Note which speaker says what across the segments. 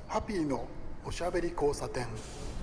Speaker 1: ハピーのおしゃべり交差点。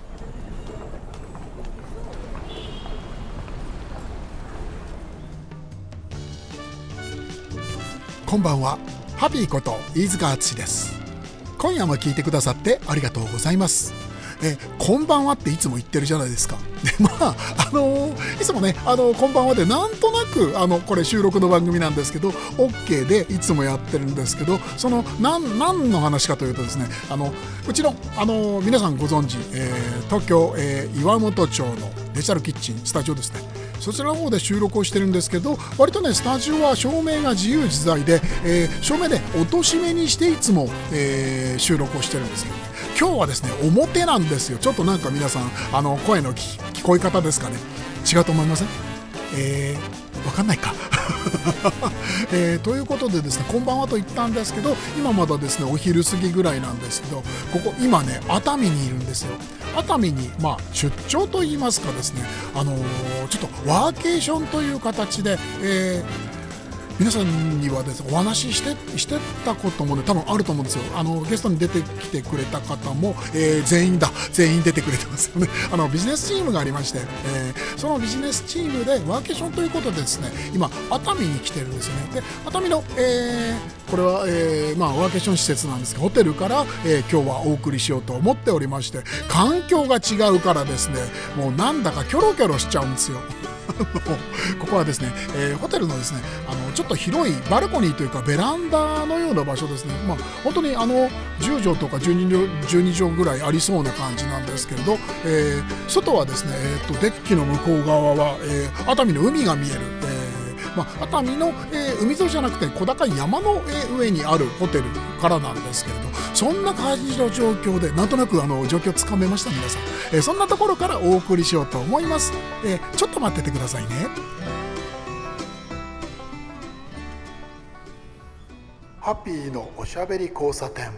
Speaker 1: こんばんは、ハピーこと飯塚敦です。今夜も聞いてくださってありがとうございます。こんばんはっていつも言ってるじゃないですか。でいつもねこんばんはでなんとなくこれ収録の番組なんですけど OK でいつもやってるんですけど、その何の話かというとですね、うちの皆さんご存知、東京、岩本町のデジタルキッチンスタジオですね、そちらの方で収録をしてるんですけど、割とねスタジオは照明が自由自在で、照明で落とし目にしていつも、収録をしてるんですけど、ね、今日はですね表なんですよ。ちょっとなんか皆さん声の聞こえ方ですかね、違うと思いません？わかんないかということでですね、こんばんはと言ったんですけど、今まだですねお昼過ぎぐらいなんですけど、ここ今ね熱海にいるんですよ。熱海に出張といいますかですね、ちょっとワーケーションという形で、皆さんにはですねお話ししてたこともね多分あると思うんですよ。ゲストに出てきてくれた方も、全員出てくれてますよね。ビジネスチームがありまして、そのビジネスチームでワーケーションということでですね、今熱海に来てるんですよね。で熱海の、これは、ワーケーション施設なんですけど、ホテルから、今日はお送りしようと思っておりまして、環境が違うからですね、もうなんだかキョロキョロしちゃうんですよ。ここはですね、ホテルのですねちょっと広いバルコニーというかベランダのような場所ですね。本当に10畳とか12畳ぐらいありそうな感じなんですけれど、外はですね、デッキの向こう側は、熱海の海が見える、熱海の、海沿いじゃなくて小高い山の、上にあるホテルからなんですけれど、そんな感じの状況でなんとなく状況つかめました皆さん、そんなところからお送りしようと思います。ちょっと待っててくださいね。ハッピーのおしゃべり交差点。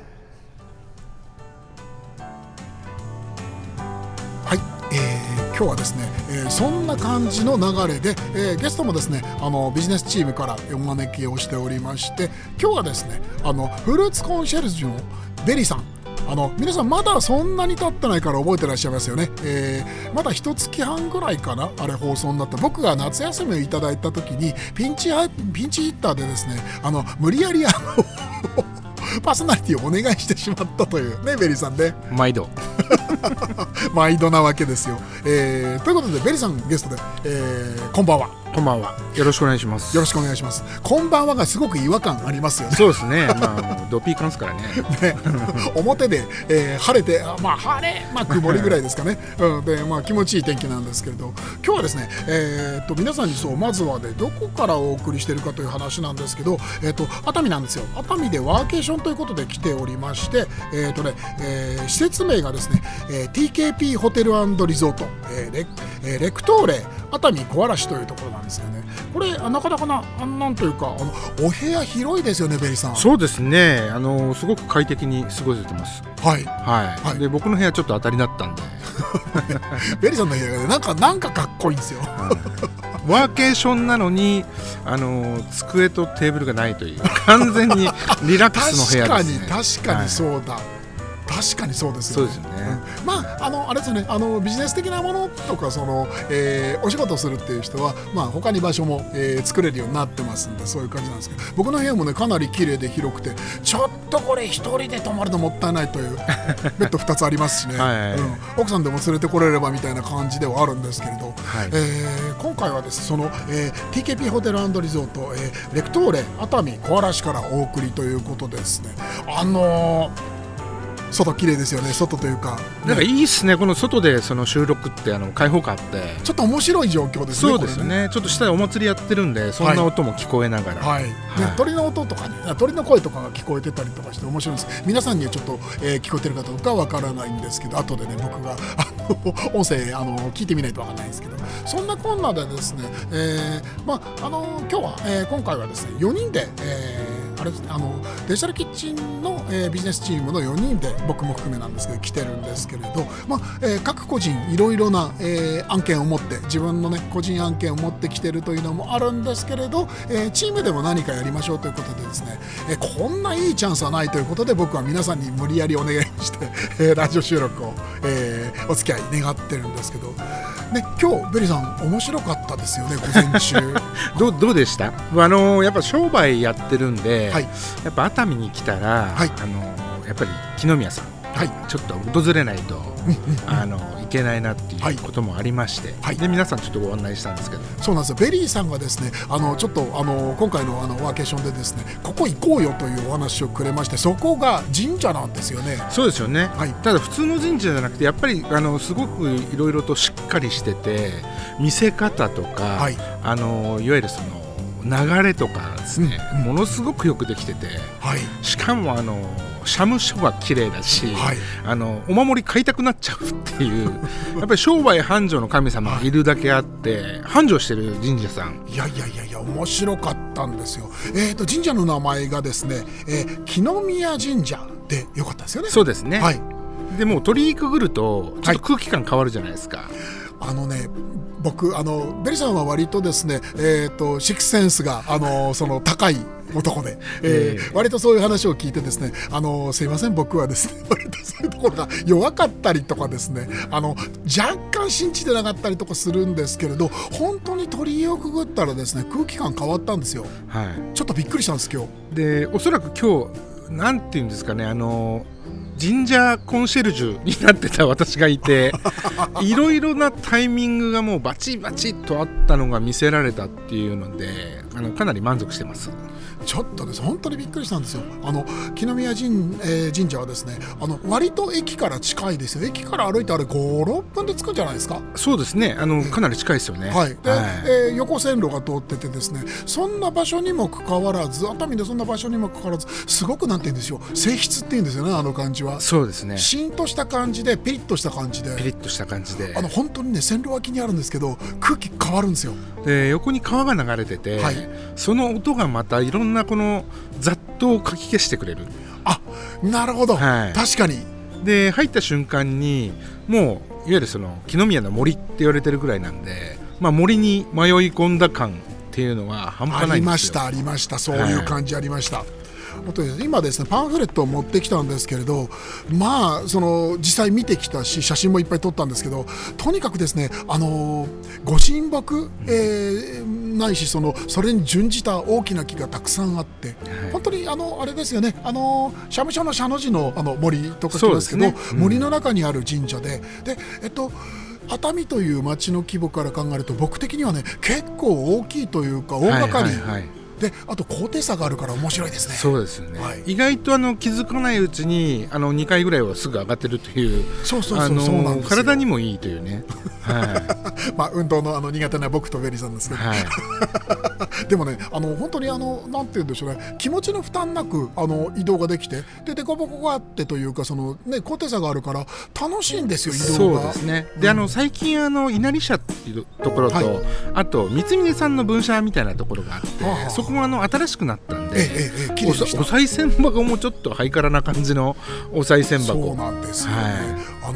Speaker 1: はい、今日はですね、そんな感じの流れで、ゲストもですねビジネスチームからお招きをしておりまして、今日はですねフルーツコンシェルジュのベリーさん、皆さんまだそんなに経ってないから覚えてらっしゃいますよね。まだ1月半ぐらいかな、あれ放送になった。僕が夏休みをいただいた時にピンチヒッターでですね無理やりパーソナリティをお願いしてしまったというね、ベリーさんね。毎度なわけですよ。ということでベリーさんゲストで、こんばんは。
Speaker 2: こんばんは。よろしくお願いします。
Speaker 1: よろしくお願いします。こんばんはがすごく違和感ありますよね。
Speaker 2: そうですね。ドピーカンですからね。
Speaker 1: 表で、晴れて晴れ、曇りぐらいですかね。で気持ちいい天気なんですけれど、今日はですね皆さんにまずはねどこからお送りしているかという話なんですけど、熱海なんですよ。熱海でワーケーションということで来ておりまして、施設名がですね、TKP ホテル&リゾート、レクトーレ熱海小嵐というところなんですよね。これなかなかなんというかお部屋広いですよね、ベリーさん。
Speaker 2: そうですね、すごく快適に過ごせてます。
Speaker 1: はいはい。
Speaker 2: で僕の部屋ちょっと当たりだったんで
Speaker 1: ベリーさんの部屋が、ね、なんかかっこいいんですよ。
Speaker 2: ワーケーションなのに机とテーブルがないという完全にリラックスの部屋ですね。
Speaker 1: 確かにそうだ、確かにそうですよね。
Speaker 2: そうですよね。
Speaker 1: あれですね、ビジネス的なものとかお仕事をするっていう人は、他に場所も、作れるようになってますんで、そういう感じなんですけど、僕の部屋もねかなり綺麗で広くて、ちょっとこれ一人で泊まるのもったいないというベッド2つありますしね、奥さんでも連れてこれればみたいな感じではあるんですけれど、今回はですねTKP ホテル&リゾート、レクトーレ熱海小嵐からお送りということでですね、外綺麗ですよね。外というか、
Speaker 2: なんかいいですね。この外でその収録って開放感あって
Speaker 1: ちょっと面白い状況ですね。
Speaker 2: そうですよね。ちょっと下でお祭りやってるんで、そんな音も聞こえながら、
Speaker 1: 鳥の音とかね、鳥の声とかが聞こえてたりとかして面白いです。皆さんにはちょっと、聞こえてるかどうかわからないんですけど、後でね僕が音声聞いてみないとわからないんですけど、そんなこんなでですね、今日は、今回はですね4人で、デジタルキッチンの、ビジネスチームの4人で、僕も含めなんですけど来てるんですけれど、各個人いろいろな、案件を持って、自分のね個人案件を持ってきてるというのもあるんですけれど、チームでも何かやりましょうということでですね、こんないいチャンスはないということで、僕は皆さんに無理やりお願いして、ラジオ収録を、お付き合い願ってるんですけど、ね、今日ベリーさん面白かったですよね、午前中
Speaker 2: どうでした？やっぱ商売やってるんで、
Speaker 1: はい、
Speaker 2: やっぱ熱海に来たら、
Speaker 1: はい、
Speaker 2: やっぱり木の宮さん、はい、ちょっと訪れないといけないなっていうこともありまして、はい、で皆さんちょっとご案内したんですけど、
Speaker 1: そうなんですよ。ベリーさんがですね、ちょっと今回のワーケーションでですね、ここ行こうよというお話をくれまして、そこが神社なんですよね。
Speaker 2: そうですよね、はい、ただ普通の神社じゃなくて、やっぱりすごくいろいろとしっかりしてて、見せ方とか、はい、いわゆるその流れとかですね、ものすごくよくできてて、はい、しかも社務所が綺麗だし、はい、お守り買いたくなっちゃうっていうやっぱり商売繁盛の神様がいるだけあって、繁盛してる神社さん、
Speaker 1: いや面白かったんですよ。神社の名前がですね、木の宮神社でよかったですよね。
Speaker 2: そうですね、はい、でもう鳥居くぐるとちょっと空気感変わるじゃないですか、はい、
Speaker 1: 僕ベリさんは割とですね、シックスセンスがその高い男で、割とそういう話を聞いてですね、すいません、僕はですね割とそういうところが弱かったりとかですね、若干信じてなかったりとかするんですけれど、本当に鳥居をくぐったらですね、空気感変わったんですよ、はい、ちょっとびっくりしたんです今日
Speaker 2: で。おそらく今日なんていうんですかね、神社コンシェルジュになってた私がいていろいろなタイミングがもうバチバチっとあったのが見せられたっていうので、かなり満足してます。
Speaker 1: ちょっとです本当にびっくりしたんですよ。木の宮神社はですね、割と駅から近いですよ。駅から歩いてあれ 5,6 分で着くんじゃないですか。
Speaker 2: そうですね、かなり近いですよね、
Speaker 1: はいで、はい、横線路が通っててですね、そんな場所にもかかわらず、熱海でそんな場所にもかかわらず、すごくなんて言うんですよ、静筆っていうんですよね、感じは。
Speaker 2: そうですね、
Speaker 1: シーンとした感じで、ピリッとした感じで、本当にね、線路脇にあるんですけど、空気変わるんですよ。
Speaker 2: で、横に川が流れてて、はい、その音がまたいろんなこの雑踏をかき消してくれる。
Speaker 1: あ、なるほど、はい、確かに。
Speaker 2: で、入った瞬間にもういわゆるその木の宮の森って言われてるぐらいなんで、森に迷い込んだ感っていうのは半端ないんですよ。
Speaker 1: ありました、そういう感じありました、はい。今ですね、パンフレットを持ってきたんですけれど、その実際見てきたし、写真もいっぱい撮ったんですけど、とにかくですね、ご神木、ないしそれに準じた大きな木がたくさんあって、はい、本当にあれですよね、社務所の社の字の森とか来ますけど、ね、森の中にある神社で、熱海という町の規模から考えると、僕的にはね、結構大きいというか大掛かり、はいはいはい、で、あと高低差があるから面白いですね。
Speaker 2: そうですよね、はい、意外と気づかないうちに2階ぐらいはすぐ上がってるという、そうなんですよ。体にもいいというね、はい
Speaker 1: 運動の苦手な僕とベリーさんですけど、はい、でもね、本当になんて言うんでしょうね、気持ちの負担なく移動ができて、で、凸凹があってというか、高低差があるから楽しいんですよ、移動が。
Speaker 2: そうですね。で、最近稲荷社っていうところと、はい、あと三峯さんの分社みたいなところがあって、そこも新しくなったんで、お賽銭箱もちょっとハイカラな感じのお賽銭箱。
Speaker 1: そうなんですよね、はい、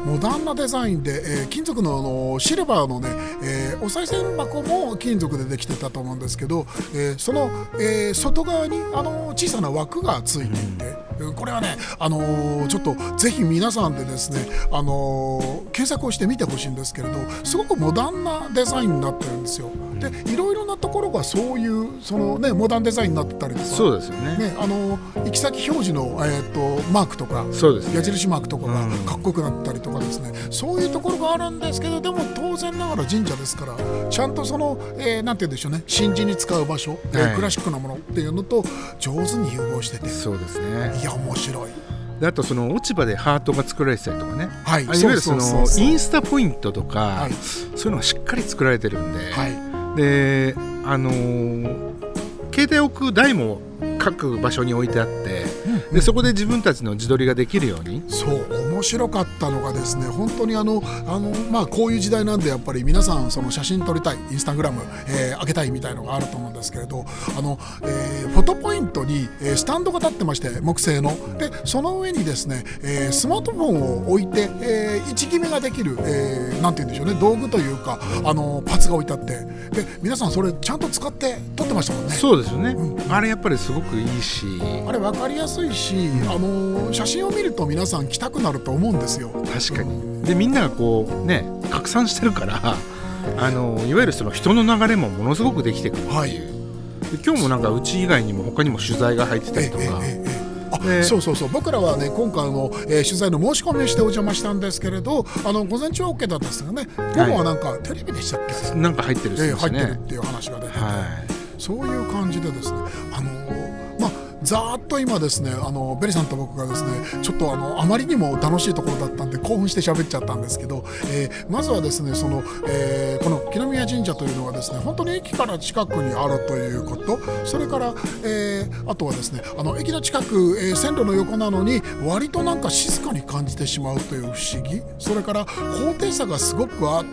Speaker 1: モダンなデザインで、金属のシルバーのね、お賽銭箱も金属でできてたと思うんですけど、その、外側に小さな枠がついていて、これはね、ちょっとぜひ皆さんでですね、検索をしてみてほしいんですけれど、すごくモダンなデザインになってるんですよ。で、いろいろなところがそういうモダンデザインになってたりとか、
Speaker 2: そうですよね、
Speaker 1: 行き先表示の、マークとか、
Speaker 2: そうですね、
Speaker 1: 矢印マークとかがかっこよくなったりとかですね、そういうところがあるんですけど、でも当然ながら神社ですから、ちゃんとなんて言うんでしょうね、神事に使う場所、クラシックなものっていうのと上手に融合してて、
Speaker 2: そうですね、
Speaker 1: いや面白い。
Speaker 2: で、あと落ち葉でハートが作られてたりとかね、
Speaker 1: はい、
Speaker 2: いわゆるインスタポイントとか、はい、そういうのがしっかり作られてるんで、はい、で、携帯を置く台も各場所に置いてあって、で、そこで自分たちの自撮りができるように、
Speaker 1: そう面白かったのがですね、本当にこういう時代なんでやっぱり皆さんその写真撮りたい、インスタグラム、上げたいみたいのがあると思うんですけれど、フォトポイントにスタンドが立ってまして、木製ので、その上にですね、スマートフォンを置いて、位置決めができる、なんて言うんでしょうね、道具というかパーツが置いてあって、で皆さんそれちゃんと使って撮ってましたもんね。
Speaker 2: そうですよね、あれやっぱりすごくいいし、あれ
Speaker 1: 分かりやすいし、写真を見ると皆さん来たくなると思うんですよ。
Speaker 2: 確かに。でみんながこうね拡散してるからいわゆるその人の流れもものすごくできてくるっていう、はい、で今日もなんかうち以外にも他にも取材が入ってたりとか、
Speaker 1: そう僕らはね今回取材の申し込みをしてお邪魔したんですけれど、午前中は OK だったんですよね。午後はなんかテレビでしたっけ、
Speaker 2: なんか入ってるんですね、
Speaker 1: 入ってるっていう話が出てて、そういう感じでですね、ざーっと今ですね、ベリさんと僕がですねちょっとあまりにも楽しいところだったんで興奮して喋っちゃったんですけど、まずはですねこの木の宮神社というのはですね本当に駅から近くにあるということ、それから、あとはですね駅の近く、線路の横なのに割となんか静かに感じてしまうという不思議、それから高低差がすごくあって、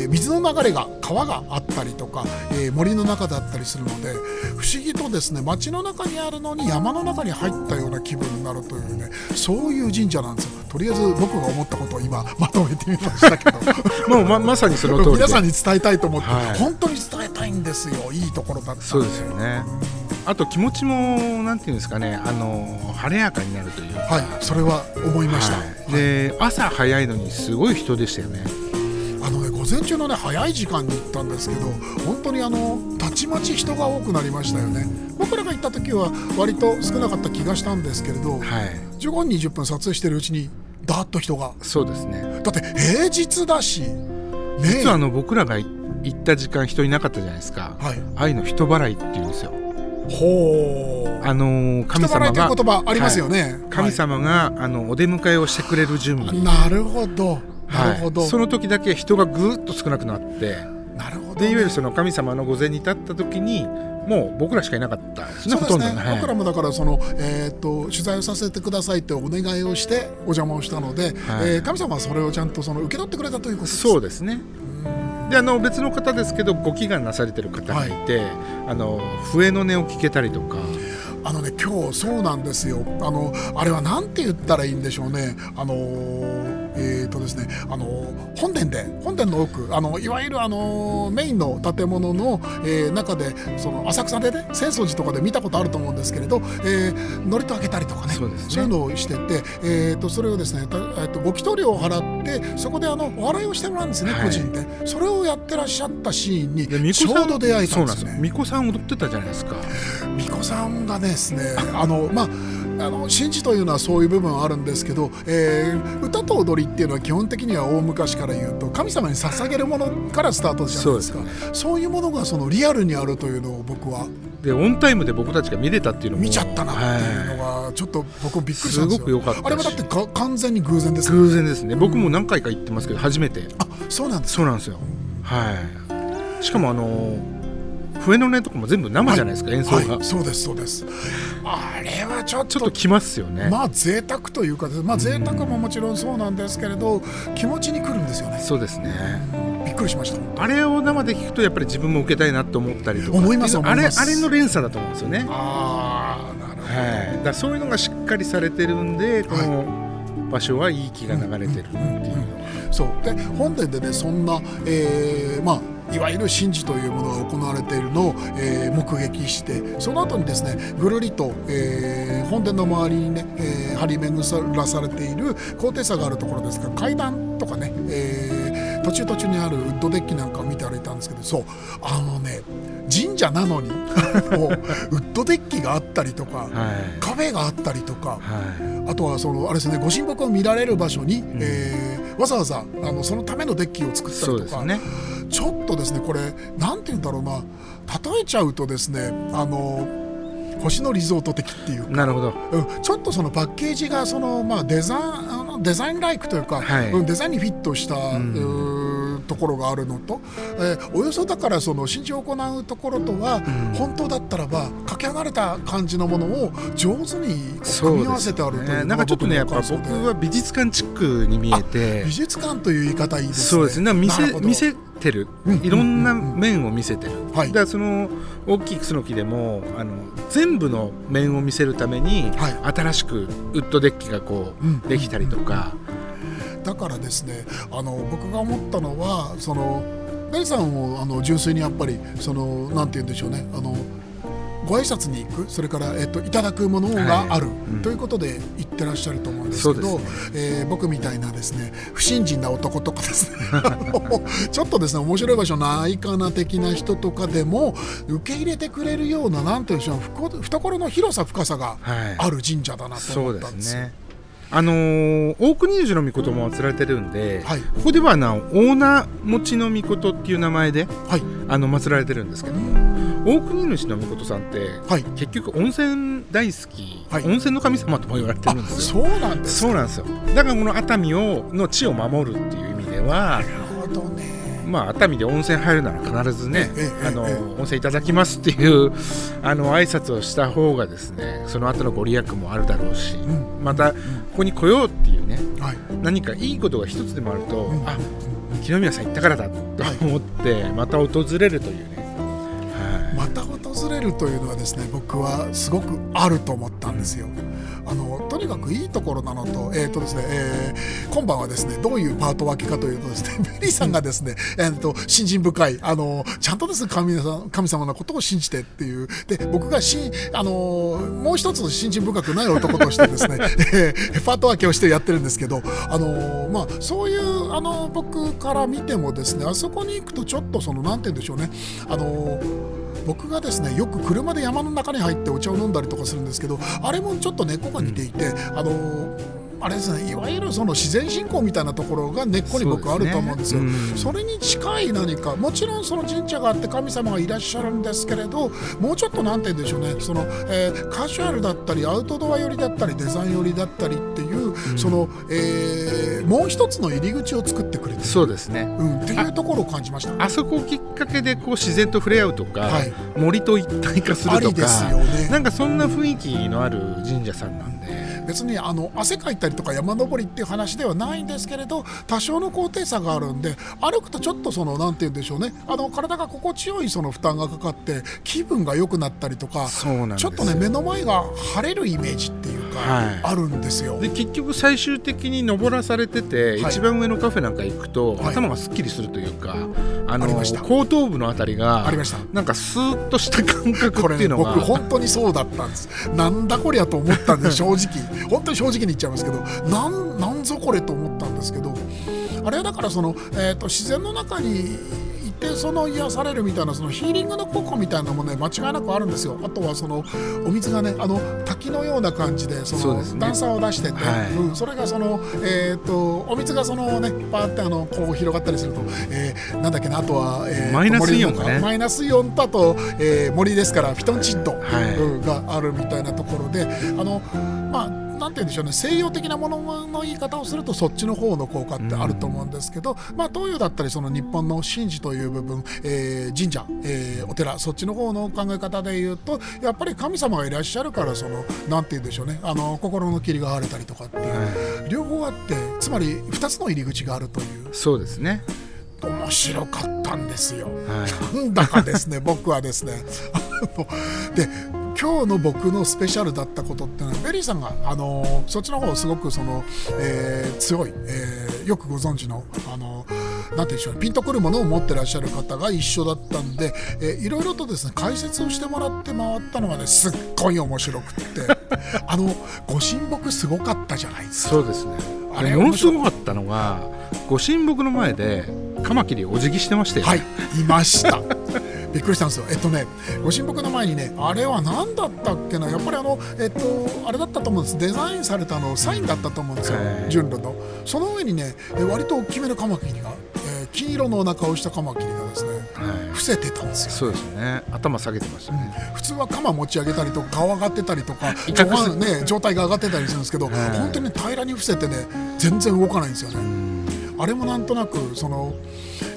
Speaker 1: 水の流れが川があったりとか、森の中だったりするので不思議とですね街の中にあるのに山の中に入ったような気分になるというね、そういう神社なんですよ。とりあえず僕が思ったことを今まとめてみましたけど
Speaker 2: もう まさにその通りで
Speaker 1: 皆さんに伝えたいと思って、本当に伝えたいんですよ。いいところだったんで。
Speaker 2: そうですよね。あと気持ちもなんていうんですかね、晴れやかになるというか、
Speaker 1: それは思いました、
Speaker 2: で朝早いのにすごい人でしたよね。
Speaker 1: 午前中のね早い時間に行ったんですけど、本当にたちまち人が多くなりましたよね。僕らが行った時は割と少なかった気がしたんですけれど、15分20分撮影してるうちにダーッと人が。そうですね。だって平日だし、
Speaker 2: 実は僕らが行った時間人いなかったじゃないですか、愛の人払いっていうんですよ。
Speaker 1: ほう。
Speaker 2: 神様が
Speaker 1: 人払いという言葉ありますよね、
Speaker 2: 神様がお出迎えをしてくれる準備。
Speaker 1: なるほどなるほど、
Speaker 2: その時だけ人がぐーっと少なくなって、
Speaker 1: なるほど、
Speaker 2: でいわゆるその神様の御前に立った時にもう僕らしかいなかったですね。
Speaker 1: そうですね、ほとんど、僕らもだから取材をさせてくださいってお願いをしてお邪魔をしたので、神様はそれをちゃんと受け取ってくれたということです。
Speaker 2: そうですね。で別の方ですけどご祈願なされてる方がいて、笛の音を聞けたりとか。
Speaker 1: 今日そうなんですよ。あれはなんて言ったらいいんでしょうね。ですね、本殿の奥、いわゆるメインの建物の、中で浅草でね浅草寺とかで見たことあると思うんですけれど、祝詞をあげたりとかね、そういうのをしてて、それをですねご祈祷料を払ってそこでお祓いをしてもらうんですね、個人で。それをやってらっしゃったシーンにちょうど出会えたんですね。
Speaker 2: 巫女さん踊ってたじゃないですか。
Speaker 1: 巫女さんがですね神事というのはそういう部分はあるんですけど、歌と踊りっていうのは基本的には大昔から言うと神様に捧げるものからスタートじゃないですか。そういうものがリアルにあるというのを僕は
Speaker 2: でオンタイムで僕たちが見れたっていうのも
Speaker 1: 見ちゃったなっていうのがちょっと僕びっくりしたんですよ。
Speaker 2: すごく良かったし、
Speaker 1: あれはだって完全に偶然ですね。
Speaker 2: 偶然ですね。僕も何回か行ってますけど初めて。
Speaker 1: そうなんです。
Speaker 2: そうなんですよ。しかも笛の音とかも全部生じゃないですか、演奏が。
Speaker 1: そうですそうです。あれはちょっと
Speaker 2: きますよね。
Speaker 1: 贅沢というか、贅沢ももちろんそうなんですけれど、気持ちにくるんですよね。
Speaker 2: そうですね。
Speaker 1: びっくりしました。
Speaker 2: あれを生で聞くとやっぱり自分も受けたいなと思ったりとか。
Speaker 1: 思います。
Speaker 2: あれの連鎖だと思うんですよね。
Speaker 1: なるほど。
Speaker 2: だそういうのがしっかりされてるんで、この場所はいい気が流れてるっていう。
Speaker 1: そうで本殿でねそんな、いわゆる神事というものが行われているのを、目撃して、その後にですねぐるりと、本殿の周りにね、張り巡らされている高低差があるところですから、階段とかね、途中にあるウッドデッキなんかを見て歩いたんですけど、そう神社なのにもうウッドデッキがあったりとか、カフェがあったりとか、あとはあれですね、ご神木を見られる場所に、わざわざそのためのデッキを作ったりとか、ちょっとですねこれなんて言うんだろうな、例えちゃうとですね星野リゾート的っていうか。
Speaker 2: なるほど。
Speaker 1: ちょっとパッケージがデザインライクというか、デザインにフィットした、 ところがあるのと、およそだからその神事を行うところとは、本当だったらばかけ離れた感じのものを上手に組み合わせてあるという、
Speaker 2: なんかちょっとね、やっぱ僕は美術館チックに見えて、
Speaker 1: 美術館という言い方いいですね。
Speaker 2: そうですね、見せてる、いろんな面を見せてる、だからその大きいクスノキでも全部の面を見せるために、新しくウッドデッキがこうできたりとか、
Speaker 1: だからですね、僕が思ったのは、そのベリさんを純粋にやっぱりそのなんて言うんでしょうね、ご挨拶に行く、それから、いただくものがある、ということで言ってらっしゃると思うんですけど、僕みたいなですね不信心な男とかですねちょっとですね面白い場所ないかな的な人とかでも受け入れてくれるような、なんていうんでしょう、懐の広さ深さがある神社だなと思ったんですよ。
Speaker 2: 大国主の命も祀られてるんで、ここでは大名持ちの命っていう名前で、祀られてるんですけども、大国主の命さんって、結局温泉大好き、温泉の神様とも言われてるんですよ。
Speaker 1: そうなんですか。
Speaker 2: そうなんですよ。だからこの熱海の地を守るっていう意味では、
Speaker 1: なるほどね。
Speaker 2: 熱海で温泉入るなら必ずね、温泉いただきますっていう挨拶をした方がですね、その後のご利益もあるだろうし、またここに来ようっていうね、何かいいことが一つでもあると、木宮さん行ったからだと思ってまた訪れるというね、
Speaker 1: また訪れるというのはですね、僕はすごくあると思ったんですよ。とにかくいいところなのと、ですね、今晩はですね、どういうパート分けかというとですね、ベリーさんがですね、信心深い、ちゃんとですね、神様のことを信じてっていう、で、僕がもう一つ信心深くない男としてですね、パート分けをしてやってるんですけど、そういう僕から見てもですね、あそこに行くとちょっとなんて言うんでしょうね、僕がですねよく車で山の中に入ってお茶を飲んだりとかするんですけど、あれもちょっと根っこが似ていて、あれですね、いわゆるその自然信仰みたいなところが根っこに僕あると思うんですよ。それに近い何か、もちろんその神社があって神様がいらっしゃるんですけれど、もうちょっとなんて言うんでしょうね、カジュアルだったりアウトドア寄りだったりデザイン寄りだったりっていう、もう一つの入り口を作ってくれてる、
Speaker 2: そうですね、
Speaker 1: っていうところを感じました。
Speaker 2: あそこをきっかけでこう自然と触れ合うとか、森と一体化するとか、
Speaker 1: ですよね、
Speaker 2: なんかそんな雰囲気のある神社さんなんで、
Speaker 1: 別に汗かいたりとか山登りっていう話ではないんですけれど、多少の高低差があるんで、歩くとちょっとなんて言うんでしょうね、体が心地よい負担がかかって気分が良くなったりとか、ちょっとね目の前が晴れるイメージっていうか、あるんですよ。
Speaker 2: で結局最終的に登らされてて、一番上のカフェなんか行くと、頭がすっきりするというか、後頭部のあたりがなんかスーッとした感覚っていうのが、
Speaker 1: これね、僕本当にそうだったんです。なんだこりゃと思ったんで正直本当に正直に言っちゃいますけど、なんぞこれと思ったんですけど、あれはだから自然の中にいて癒されるみたいな、ヒーリングの効果みたいなものね、間違いなくあるんですよ。あとはお水がね、滝のような感じで段差を出してて、それがお水がパーってこう広がったりすると、なんだっけな、あとは、
Speaker 2: マイナスイオンがね、
Speaker 1: マイナスイオンと、あと、森ですからフィトンチッドがあるみたいなところで、なんて言うんでしょうね、西洋的なものの言い方をするとそっちの方の効果ってあると思うんですけど、東洋だったり日本の神事という部分、神社、お寺、そっちの方の考え方で言うと、やっぱり神様がいらっしゃるから、なんて言うんでしょうね、心の霧が晴れたりとかっていう、両方あって、つまり2つの入り口があるという。
Speaker 2: そうですね、
Speaker 1: 面白かったんですよ、なんだかですね僕はですねで今日の僕のスペシャルだったことってのは、ベリーさんが、そっちの方すごく強い、よくご存知のなんていうんでしょう、ピンとくるものを持ってらっしゃる方が一緒だったんで、いろいろとですね解説をしてもらって回ったのがね、すっごい面白くってご神木すごかったじゃないですか。
Speaker 2: そうですね、あれものすごかったのが、ご神木の前でカマキリお辞儀してましたよね。
Speaker 1: いましたびっくりしたんですよ。ご神木の前にね、あれは何だったっけな、やっぱりあれだったと思うんです。デザインされたサインだったと思うんですよ、順路の。その上にね、割と大きめのカマキリが、金色のお腹をしたカマキリがですね、伏せてたんですよ。
Speaker 2: そうですね、頭下げてましたね、
Speaker 1: 普通はカマ持ち上げたりとか顔上がってたりとか状態が上がってたりするんですけど、本当に平らに伏せてね、全然動かないんですよね。あれもなんとなく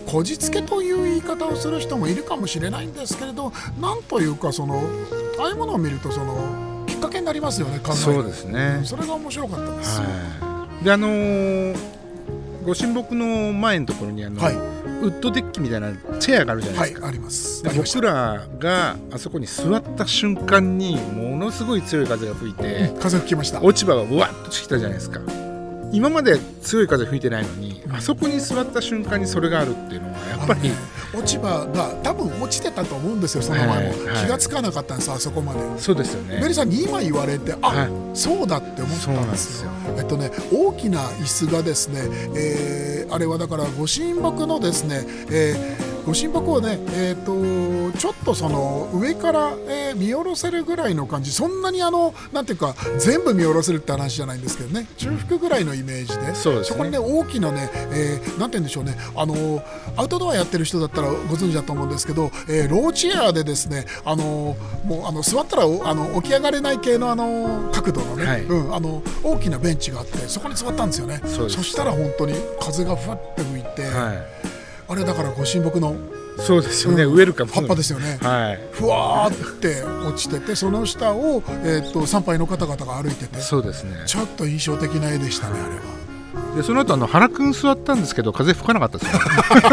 Speaker 1: こじつけという言い方をする人もいるかもしれないんですけれど、なんというかああいうものを見るときっかけになりますよね、考える。
Speaker 2: そうですね。
Speaker 1: それが面白かったです。
Speaker 2: でご神木の前のところにウッドデッキみたいなチェアがあるじゃないですか。
Speaker 1: あります。
Speaker 2: 僕らがあそこに座った瞬間にものすごい強い風が吹いて、
Speaker 1: 風吹きました。
Speaker 2: 落ち葉がうわっとしてきたじゃないですか。今まで強い風吹いてないのに、あそこに座った瞬間にそれがあるっていうのはやっぱり、
Speaker 1: 落ち葉が多分落ちてたと思うんですよ。その前も気がつかなかったんです、あそこまで。そうですよね。ベリさんに今言われて、そうだって思ったんですよ。大きな椅子がですね、あれはだからご神木のですね、ご神木をね、ちょっと上から、見下ろせるぐらいの感じ、そんなになんていうか全部見下ろせるって話じゃないんですけどね、中腹ぐらいのイメージで、そこにね大きなね、なんて言うんでしょうね、アウトドアやってる人だったらご存知だと思うんですけど、ローチェアでですね、もう座ったら起き上がれない系の角度のね、大きなベンチがあって、そこに座ったんですよね。そしたら本当に風がふわって吹いて、あれだからご神木の
Speaker 2: そうですよね、ウェルカム
Speaker 1: 葉っぱですよね、ふわーって落ちてて、その下を、参拝の方々が歩いてて、
Speaker 2: そうですね、
Speaker 1: ちょっと印象的な絵でしたね、あれは。
Speaker 2: でその後原くん座ったんですけど、風吹かなかったですよ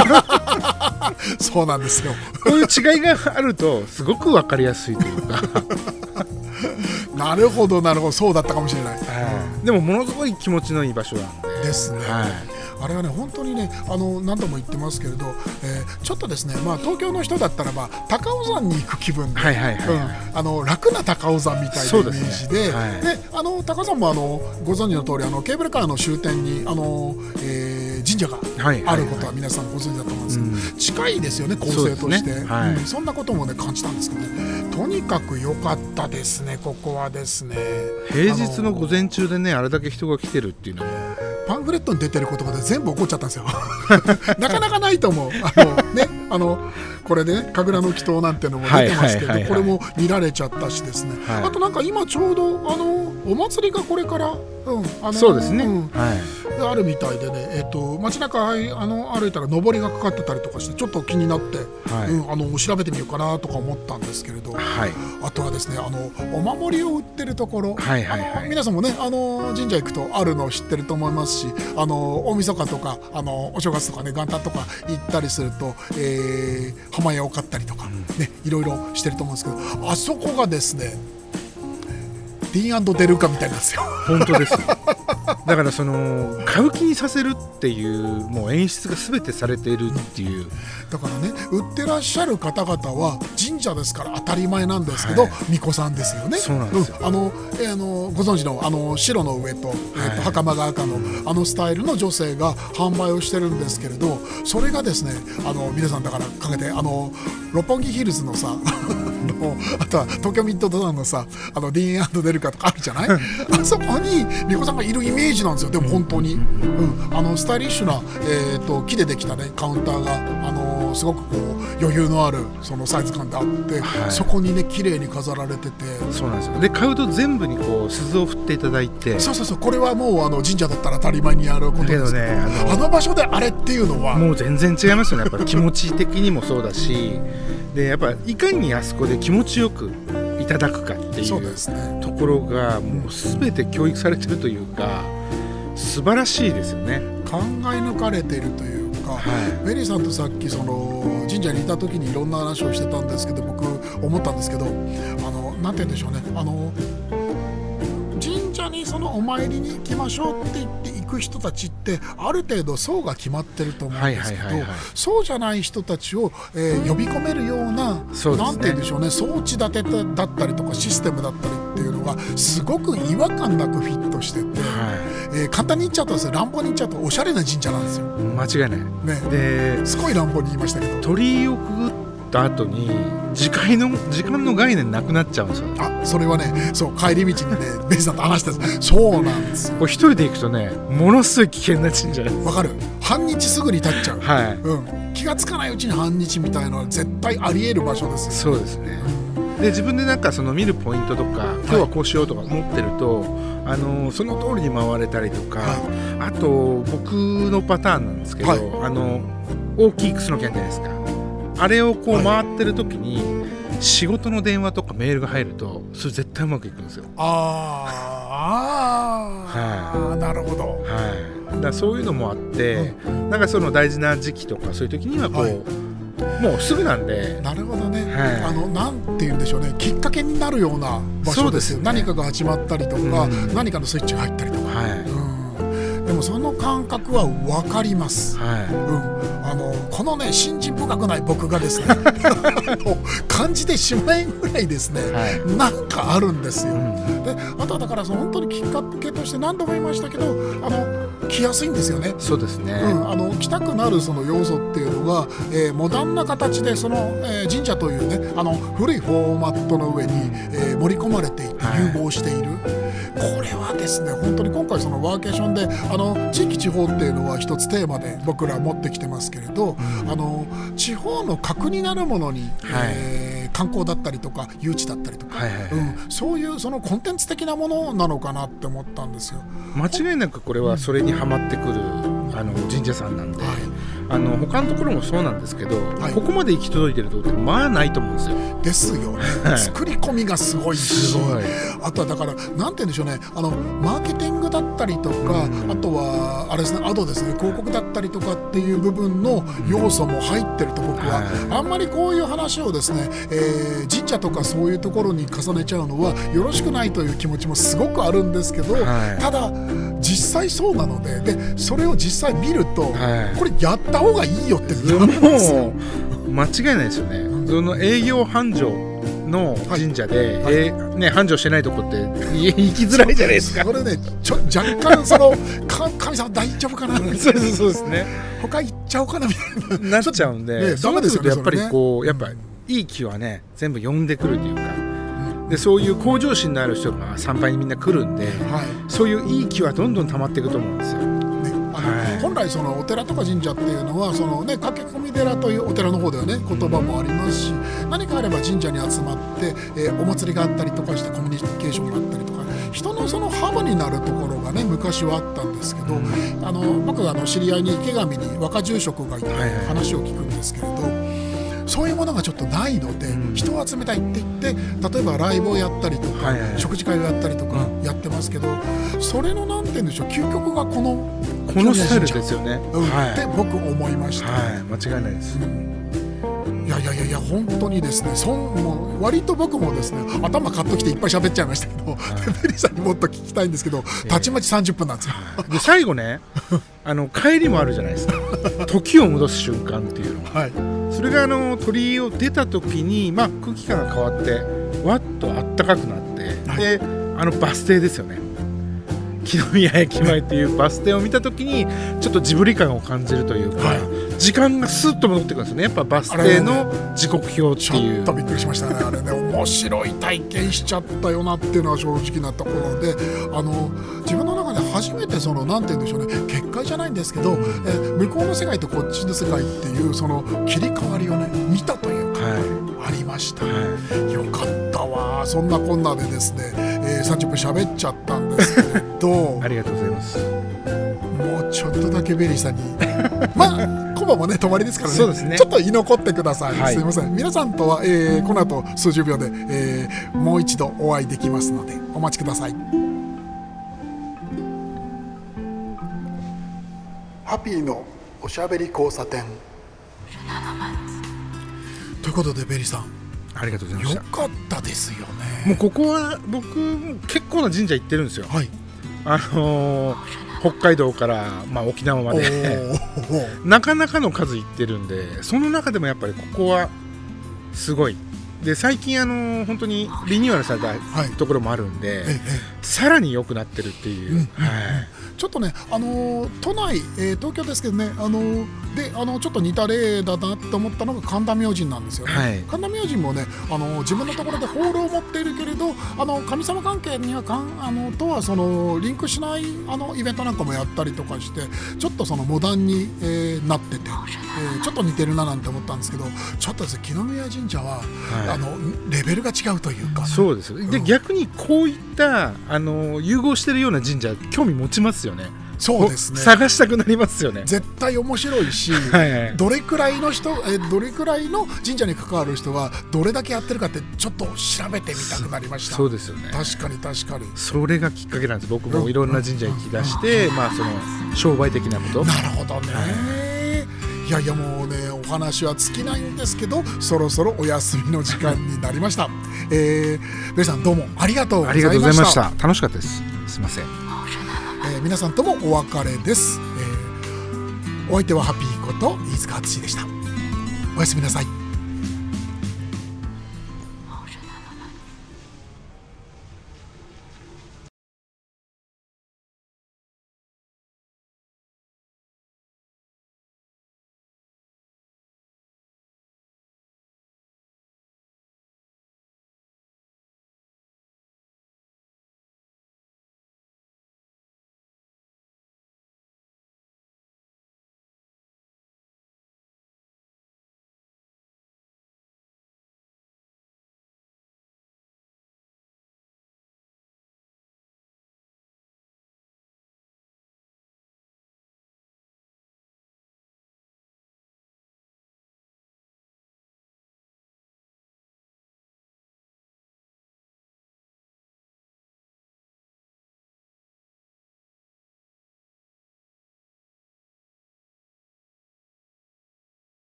Speaker 1: そうなんですよ。
Speaker 2: こういう違いがあるとすごく分かりやすいというか
Speaker 1: なるほどなるほど、そうだったかもしれない、
Speaker 2: でもものすごい気持ちのいい場所なんで
Speaker 1: ですね、あれはね本当にね、何度も言ってますけれど、ちょっとですね、東京の人だったら高尾山に行く気分で、楽な高尾山みたいなイメージで、高尾山もご存知の通りケーブルカーの終点に神社があることは皆さんご存知だと思うんですけど、近いですよね、構成として。そんなこともね感じたんですけどね、とにかく良かったですね、ここはですね。
Speaker 2: 平日の午前中でね、あれだけ人が来てるっていうのも
Speaker 1: パンフレットに出てる言葉で全部起こっちゃったんですよなかなかないと思う。これでね、神楽の祈祷なんてのも出てますけど、これも見られちゃったしですね、あとなんか今ちょうどお祭りがこれから、
Speaker 2: そうですね、
Speaker 1: あるみたいでね、街中歩いたら上りがかかってたりとかして、ちょっと気になって、調べてみようかなとか思ったんですけれど、あとはですね、お守りを売ってるところ、皆さんもね神社行くとあるのを知ってると思いますし、大晦日とかお正月とかね、元旦とか行ったりすると、浜屋を買ったりとか、いろいろしてると思うんですけど、あそこがですねディーン&デルカみたいなんですよ。
Speaker 2: 本当ですだから買う気にさせるっていうもう演出が全てされているっていう、
Speaker 1: だからね、売ってらっしゃる方々は神社ですから当たり前なんですけど、巫女さんですよね。
Speaker 2: そうなんですよ、
Speaker 1: ご存知の白の上と、袴が赤のスタイルの女性が販売をしてるんですけれど、それがですね、皆さんだからかけて六本木ヒルズのさあとは東京ミッドタウンのさディーン&デルカとかあるじゃない、あそこに巫女さんがいるイメージなんですよ。でも本当に、スタイリッシュな、木でできたねカウンターがすごくこう余裕のあるそのサイズ感であって、そこにね綺麗に飾られてて、
Speaker 2: そうなんですよ。で買うと全部にこう鈴を振っていただいて、
Speaker 1: そうこれはもう神社だったら当たり前にやることですけどね、場所であれっていうのは
Speaker 2: もう全然違いますよね。やっぱり気持ち的にもそうだし、でやっぱいかにあそこで気持ちよくいただくかっていうところがもう全て教育されてるというか、素晴らしいですよね。
Speaker 1: 考え抜かれているというか、ベリーさんとさっきその神社にいた時にいろんな話をしてたんですけど、僕思ったんですけど、なんて言うんでしょうね、神社にそのお参りに行きましょうって言って行く人たちってある程度層が決まってると思うんですけど、そうじゃない人たちを、呼び込めるような、なんて言うんでしょうね、装置立てだったりとかシステムだったりっていうのがすごく違和感なくフィットしてて、簡単に言っちゃうとですね、乱暴に言っちゃうとおしゃれな神社なんですよ。
Speaker 2: 間違いない、
Speaker 1: ですごい乱暴に言いましたけど、
Speaker 2: 鳥居をくぐった後に時間の概念なくなっちゃうんですよ。
Speaker 1: それはね、そう帰り道にねベリーさんと話してたんです。そうなんですよ。
Speaker 2: これ一人で行くとね、ものすごい危険な神社です。
Speaker 1: わかる。半日すぐに経っちゃう、気がつかないうちに半日みたいなのは絶対あり得る場所ですよ。
Speaker 2: そうですね、 で自分でなんかその見るポイントとか今日はこうしようとか思ってると、その通りに回れたりとか、あと僕のパターンなんですけど、大きいクスの剣じゃないですか。あれをこう回ってる時に、仕事の電話とかメールが入るとそれ絶対うまくいくんですよ。
Speaker 1: なるほど。
Speaker 2: だからそういうのもあって、なんかその大事な時期とかそういう時にはこう、もうすぐなんで。
Speaker 1: なるほどね。なんて言うんでしょうね、きっかけになるような場所ですよ。何かが始まったりとか、何かのスイッチが入ったりとか。でもその感覚は分かります。このね、信心深くない僕がですね感じてしまえぐらいですね、なんかあるんですよ。で、あとはだから本当にきっかけとして何度も言いましたけど、来やすいんですよね。
Speaker 2: そうですね。
Speaker 1: 来たくなるその要素っていうのが、モダンな形でその、神社というね、古いフォーマットの上に、盛り込まれていて融合している。これはですね、本当に今回そのワーケーションで地域地方っていうのは一つテーマで僕ら持ってきてますけれど、地方の核になるものに、観光だったりとか誘致だったりとか、そういうそのコンテンツ的なものなのかなって思ったんですよ。
Speaker 2: 間違いなくこれはそれにはまってくる神社さんなんで、他のところもそうなんですけど、ここまで行き届いてるところってまあないと思うんですよ。
Speaker 1: ですよね。作り込みがすごいし、あとはだからなんて言うんでしょうね、マーケティングだったりとか、あとはあれですね、あとですね、広告だったりとかっていう部分の要素も入ってると僕は、あんまりこういう話をですね、神社とかそういうところに重ねちゃうのはよろしくないという気持ちもすごくあるんですけど、ただ実際そうなので、それを実際見ると、これやった方がいいよって
Speaker 2: もう間違いないですよね。その営業繁盛の神社で、繁盛してないとこって行きづらいじゃないですか。
Speaker 1: それね、若干その神様大丈夫かな
Speaker 2: そうですね。
Speaker 1: 他行っちゃおうかなみたい
Speaker 2: なっちゃうんで、ダメですよね。やっぱりこう、やっぱいい気はね全部呼んでくるというか、でそういう向上心のある人が参拝にみんな来るんで、そういういい気はどんどん溜まっていくと思うんですよ。
Speaker 1: 本来そのお寺とか神社っていうのはその、ね、駆け込み寺というお寺の方ではね言葉もありますし、何かあれば神社に集まって、お祭りがあったりとかしてコミュニケーションがあったりとか、人のそのハブになるところがね昔はあったんですけど、僕が知り合いに池上に若住職がいて話を聞くんですけれど、そういうものがちょっとないので、人を集めたいって言って例えばライブをやったりとか、食事会をやったりとかやってますけど、それのなんて言うんでしょう、究極がこの
Speaker 2: スタイルですよね、
Speaker 1: って僕思いました。
Speaker 2: 間違いないです。
Speaker 1: いや本当にですね、もう割と僕もですね頭カッときていっぱい喋っちゃいましたけど、ベリーさんにもっと聞きたいんですけど、たちまち30分なんですよ。
Speaker 2: で最後ね帰りもあるじゃないですか時を戻す瞬間っていうのが、それが鳥居を出た時に、空気感が変わってわっとあったかくなって、でバス停ですよね、木宮駅前っていうバス停を見た時にちょっとジブリ感を感じるというか、時間がスッと戻ってくるんですよね。やっぱバス停の時刻表っていう、
Speaker 1: ちょっとびっくりしましたね。あれね面白い体験しちゃったよなっていうのは正直なところで、自分の中で初めてそのなんて言うんでしょうね、結界じゃないんですけど、向こうの世界とこっちの世界っていうその切り替わりをね見たというか、ありました、よかったわ。そんなこんなでですね、30分喋っちゃったんですけれど
Speaker 2: ありがとうございます。
Speaker 1: もうちょっとだけベリーさんにコバもね泊まりですからね、
Speaker 2: そうですね、
Speaker 1: ちょっと居残ってください、すいません。皆さんとは、この後数十秒で、もう一度お会いできますのでお待ちください。ハピーのおしゃべり交差点ということで、ベリーさん
Speaker 2: ありがとうございました。
Speaker 1: よかったですよね。
Speaker 2: もうここは僕結構な神社行ってるんですよ、北海道から、沖縄までなかなかの数行ってるんで、その中でもやっぱりここはすごいで、最近本当にリニューアルされたところもあるんで、さらに良くなってるっていう、
Speaker 1: ちょっとね、都内、東京ですけどね、でちょっと似た例だなと思ったのが神田明神なんですよね、神田明神もね自分のところでホールを持っているけれど神様関係にはとはそのリンクしないイベントなんかもやったりとかして、ちょっとそのモダンに、なってて、ちょっと似てるななんて思ったんですけど、ちょっとですね、木宮神社は、 レベルが違うというか。
Speaker 2: そうです。で、逆にこういった融合してるような神社興味持ちますよね。
Speaker 1: そうですね、
Speaker 2: 探したくなりますよね。
Speaker 1: 絶対面白いし、どれくらいの神社に関わる人がどれだけやってるかってちょっと調べてみたくなりました。
Speaker 2: そうですよね。
Speaker 1: 確かに
Speaker 2: それがきっかけなんです。僕もいろんな神社行き出して、その商売的なこと。
Speaker 1: なるほどね、いやもうね、お話は尽きないんですけど、そろそろお休みの時間になりました。ベリさん、どうもありがとうございました。
Speaker 2: 楽しかったです。すいません。
Speaker 1: 皆さんともお別れです。お相手はハッピーこと飯塚敦でした。おやすみなさい。